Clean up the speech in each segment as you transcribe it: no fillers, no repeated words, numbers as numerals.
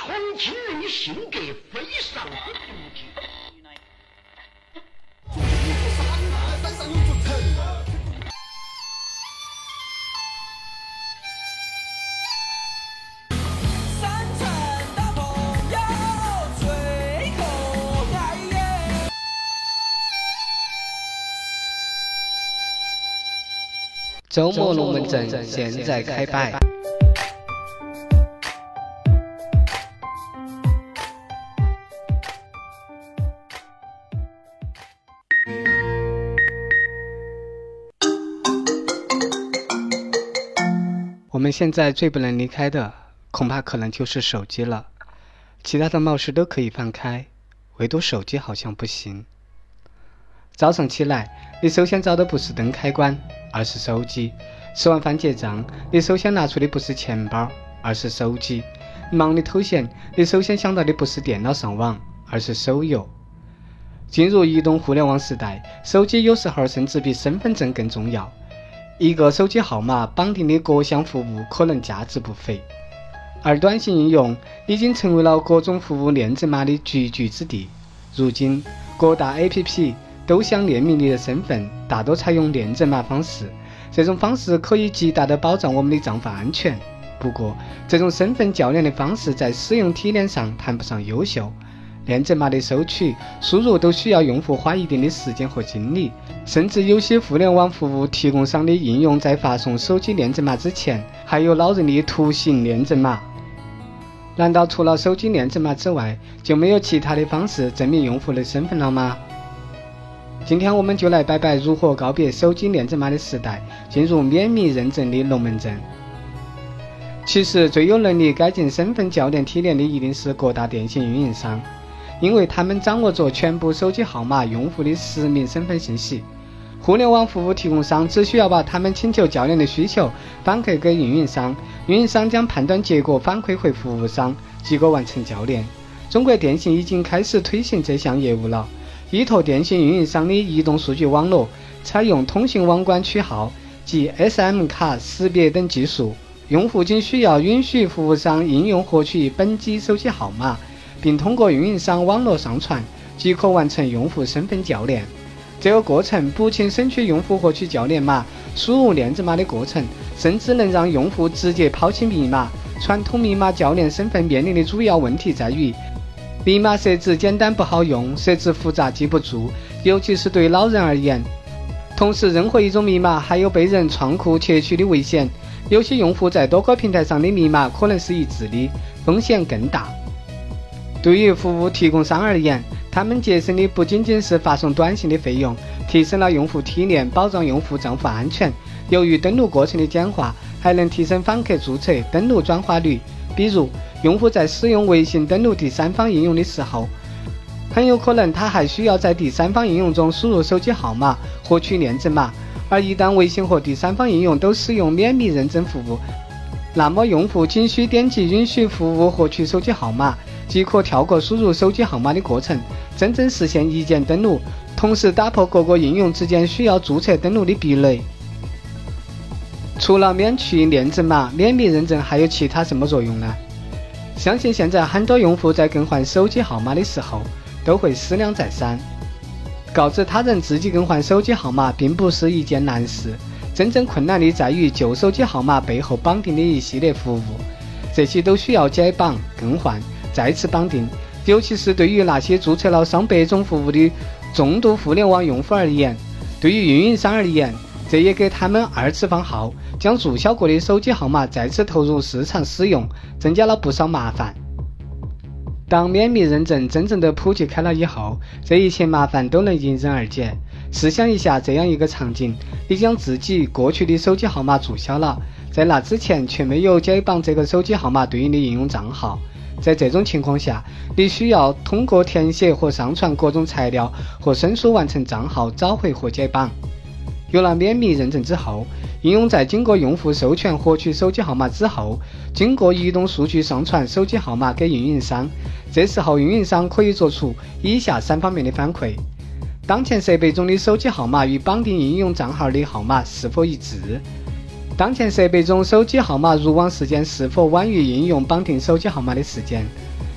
重庆人性格非常的独特。 山上有座城。 山城的朋友最可爱耶。 周末龙门阵现在开摆。我们现在最不能离开的，恐怕可能就是手机了。其他的貌似都可以放开，唯独手机好像不行。早上起来，你首先找的不是灯开关，而是手机。吃完饭结账，你首先拿出的不是钱包，而是手机。忙里偷闲，你首先想到的不是电脑上网，而是手游。进入移动互联网时代，手机有时候甚至比身份证更重要。一个手机号码绑定的各项服务可能价值不菲，而短信应用已经成为了各种服务验证码的聚居之地。如今，各大 APP 都想列明你的身份，大多采用验证码方式。这种方式可以极大地保障我们的账户安全。不过，这种身份较量的方式在使用体验上谈不上优秀。验证码的收取、输入都需要用户花一定的时间和精力，甚至有些互联网服务提供商的应用在发送手机验证码之前，还有老人的图形验证码。难道除了手机验证码之外，就没有其他的方式证明用户的身份了吗？今天我们就来摆摆如何告别手机验证码的时代，进入免密认证的龙门阵。其实最有能力改进身份较量体验的一定是各大电信运营商，因为他们掌握着全部手机号码用户的实名身份信息。互联网服务提供商只需要把他们请求较量的需求反馈给运营商，运营商将判断结果反馈回服务商，即可完成较量。中国电信已经开始推行这项业务了。依托电信运营商的移动数据网络，采用通信网管取号及 SM 卡识别等技术，用户仅需要允许服务商应用获取本机手机号码，并通过运营商网络上传，即可完成用户身份较量。这个过程不仅省去用户获取较量码、输入验证码的过程，甚至能让用户直接抛弃密码。传统密码较量身份面临的主要问题在于，密码设置简单不好用，设置复杂记不住，尤其是对老人而言。同时，任何一种密码还有被人创库窃取的危险。有些用户在多个平台上的密码可能是一致的，风险更大。对于服务提供商而言，他们节省的不仅仅是发送短信的费用，提升了用户体验，保障用户账户安全。由于登录过程的简化，还能提升访客注册、登录转化率。比如，用户在使用微信登录第三方应用的时候，很有可能他还需要在第三方应用中输入手机号码，获取验证码。而一旦微信和第三方应用都使用免密认证服务，那么用户仅需点击允许服务获取手机号码，即可跳过输入手机号码的过程，真正实现一键登录，同时打破各个应用之间需要注册登录的壁垒。除了免去验证码，免密认证还有其他什么作用呢？相信现在很多用户在更换手机号码的时候都会思量再三。告知他人自己更换手机号码并不是一件难事，真正困难的在于旧手机号码背后绑定的一系列服务，这些都需要解绑、更换、再次绑定。尤其是对于那些注册了上百种服务的重度互联网用户而言，对于运营商而言，这也给他们二次放号，将注销过的手机号码再次投入市场使用，增加了不少麻烦。当免密认证真正的普及开了以后，这一切麻烦都能迎刃而解。试想一下这样一个场景，你将自己过去的手机号码注销了，在那之前却没有解绑这个手机号码对应的应用账号。在这种情况下，你需要通过填写和上传各种材料和申诉完成账号召回和解绑。有了免密认证之后，应用在经过用户授权获取手机号码之后，经过移动数据上传手机号码给运营商，这时候运营商可以做出以下3方面的反馈：当前设备中的手机号码与绑定应用账号的号码是否一致？当前设备中手机号码入网时间是否晚于应用绑定手机号码的时间？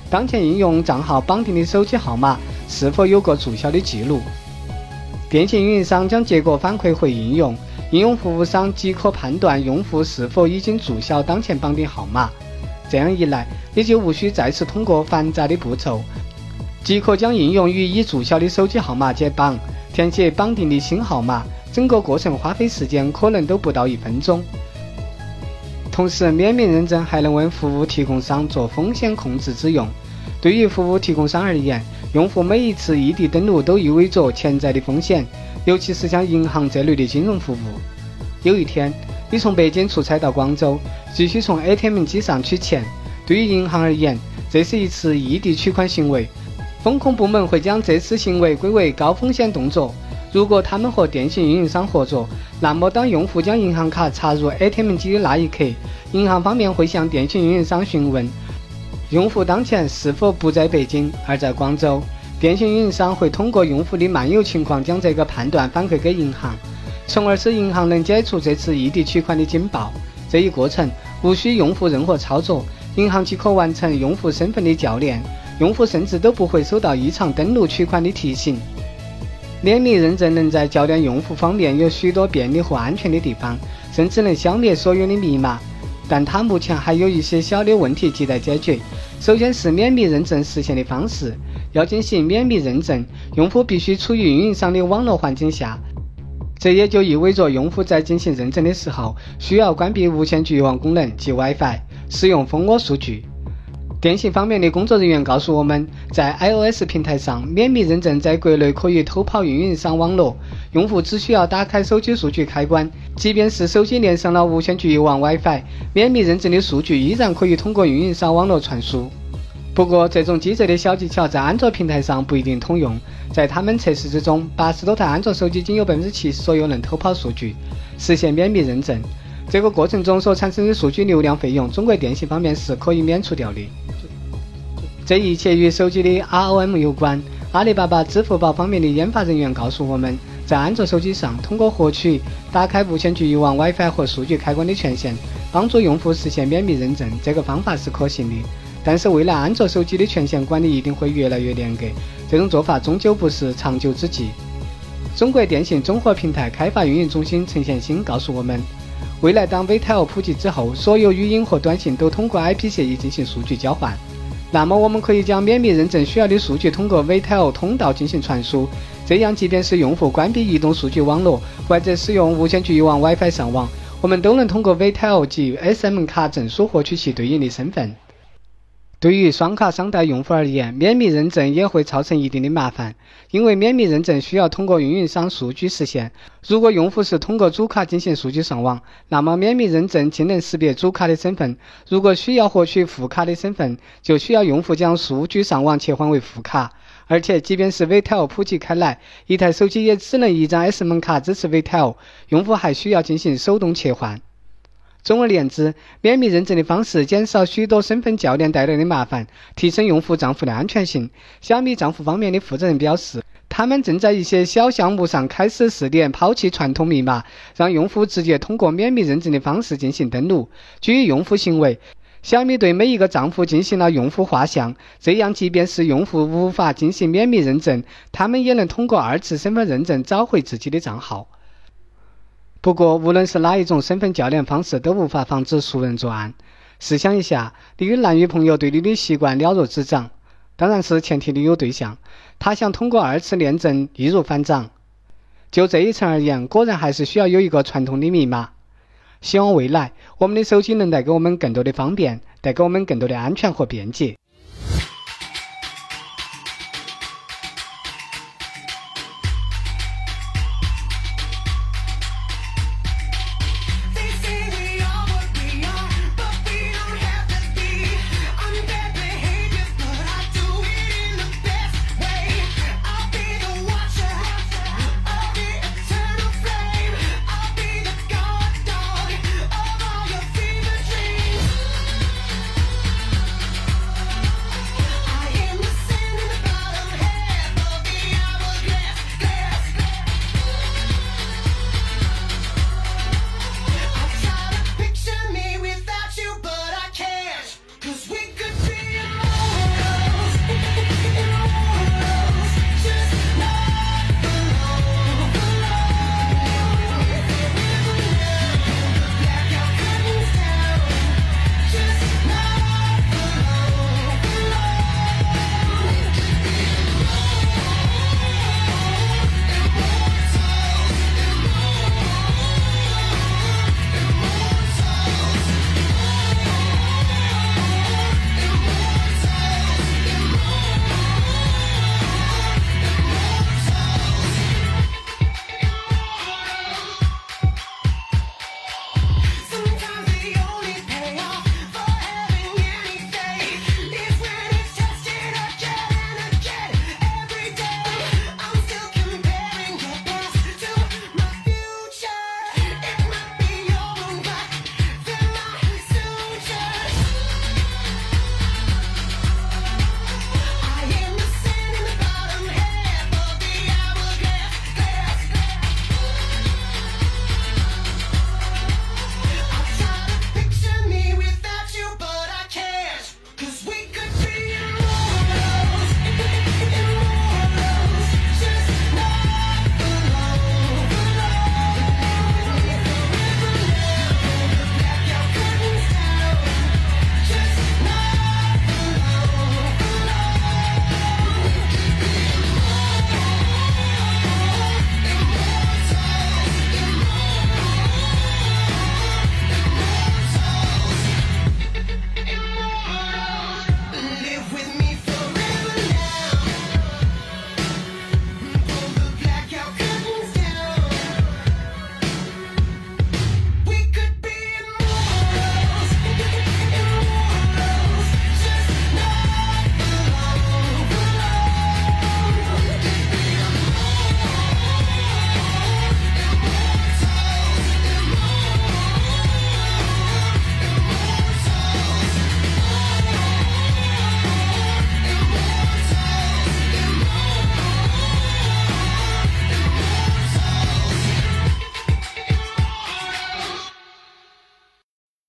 当前应用账号绑定的手机号码是否有过注销的记录。电信运营商将结果反馈回应用，应用服务商即可判断用户是否已经注销当前绑定号码。这样一来，你就无需再次通过繁杂的步骤，即可将应用与已注销的手机号码解绑，填写绑定的新号码，整个过程花费时间可能都不到1分钟。同时，免密认证还能为服务提供商做风险控制之用。对于服务提供商而言，用户每一次异地登录都意味着潜在的风险，尤其是像银行这类的金融服务。有一天，你从北京出差到广州，必须从 ATM 机上取钱。对于银行而言，这是一次异地取款行为，风控部门会将这次行为归为高风险动作。如果他们和电信运营商合作，那么当用户将银行卡插入 ATM 机的那一刻，银行方面会向电信运营商询问用户当前是否不在北京而在广州，电信运营商会通过用户的漫游情况将这个判断反馈给银行，从而使银行能解除这次异地取款的警报。这一过程无需用户任何操作，银行即可完成用户身份的校验，用户甚至都不会收到异常登录取款的提醒。免密认证能在校验用户方面有许多便利和安全的地方，甚至能消灭所有的密码，但它目前还有一些小的问题亟待解决。首先是免密认证实现的方式，要进行免密认证，用户必须处于运营商的网络环境下，这也就意味着用户在进行认证的时候需要关闭无线局域网功能及 WiFi， 使用蜂窝数据。电信方面的工作人员告诉我们，在 iOS 平台上，免密认证在国内可以偷跑运营商网络，用户只需要打开手机数据开关，即便是手机连上了无线局域网 WiFi， 免密认证的数据依然可以通过运营商网络传输。不过，这种机智的小技巧在安卓平台上不一定通用。在他们测试之中，80多台安卓手机仅有70%左右能偷跑数据，实现免密认证。这个过程中所产生的数据流量费用，中国电信方面是可以免除掉的。这一切与手机的 ROM 有关。阿里巴巴、支付宝方面的研发人员告诉我们，在安卓手机上，通过获取、打开无线局域网 WiFi 和数据开关的权限，帮助用户实现免密认证，这个方法是可行的。但是未来安卓手机的权限管理一定会越来越严格，这种做法终究不是长久之计。中国电信综合平台开发运营中心陈贤兴告诉我们，未来当 VTEL 普及之后，所有语音和短信都通过 IP 协议进行数据交换，那么我们可以将免密认证需要的数据通过 VTEL 通道进行传输，这样即便是用户关闭移动数据网络或者使用无线局域网 WiFi 上网，我们都能通过 VTEL 及 SM 卡证书获取其对应的身份。对于双卡商贷用户而言，免密认证也会造成一定的麻烦，因为免密认证需要通过运营商数据实现。如果用户是通过主卡进行数据上网，那么免密认证仅能识别主卡的身份，如果需要获取副卡的身份，就需要用户将数据上网切换为副卡。而且即便是 VTEL 普及开来，一台手机也只能一张 SM 卡支持 VTEL， 用户还需要进行手动切换。总而言之，免密认证的方式减少许多身份校验带来的麻烦，提升用户账户的安全性。小米账户方面的负责人表示，他们正在一些小项目上开始试点抛弃传统密码，让用户直接通过免密认证的方式进行登录。基于用户行为，小米对每一个账户进行了用户画像，这样即便是用户无法进行免密认证，他们也能通过2次身份认证找回自己的账号。不过，无论是哪一种身份校验方式，都无法防止熟人作案。试想一下，你与男女朋友对你的习惯了若指掌，当然是前提你有对象，他想通过2次验证易如反掌。就这一层而言，果然还是需要有一个传统的密码。希望未来我们的手机能带给我们更多的方便，带给我们更多的安全和便捷。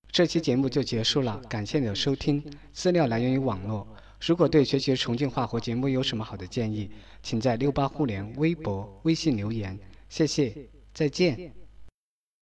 这期节目就结束了，感谢你的收听。资料来源于网络。如果对学习重庆话和节目有什么好的建议，请在68互联微博、微信留言。谢谢，再见。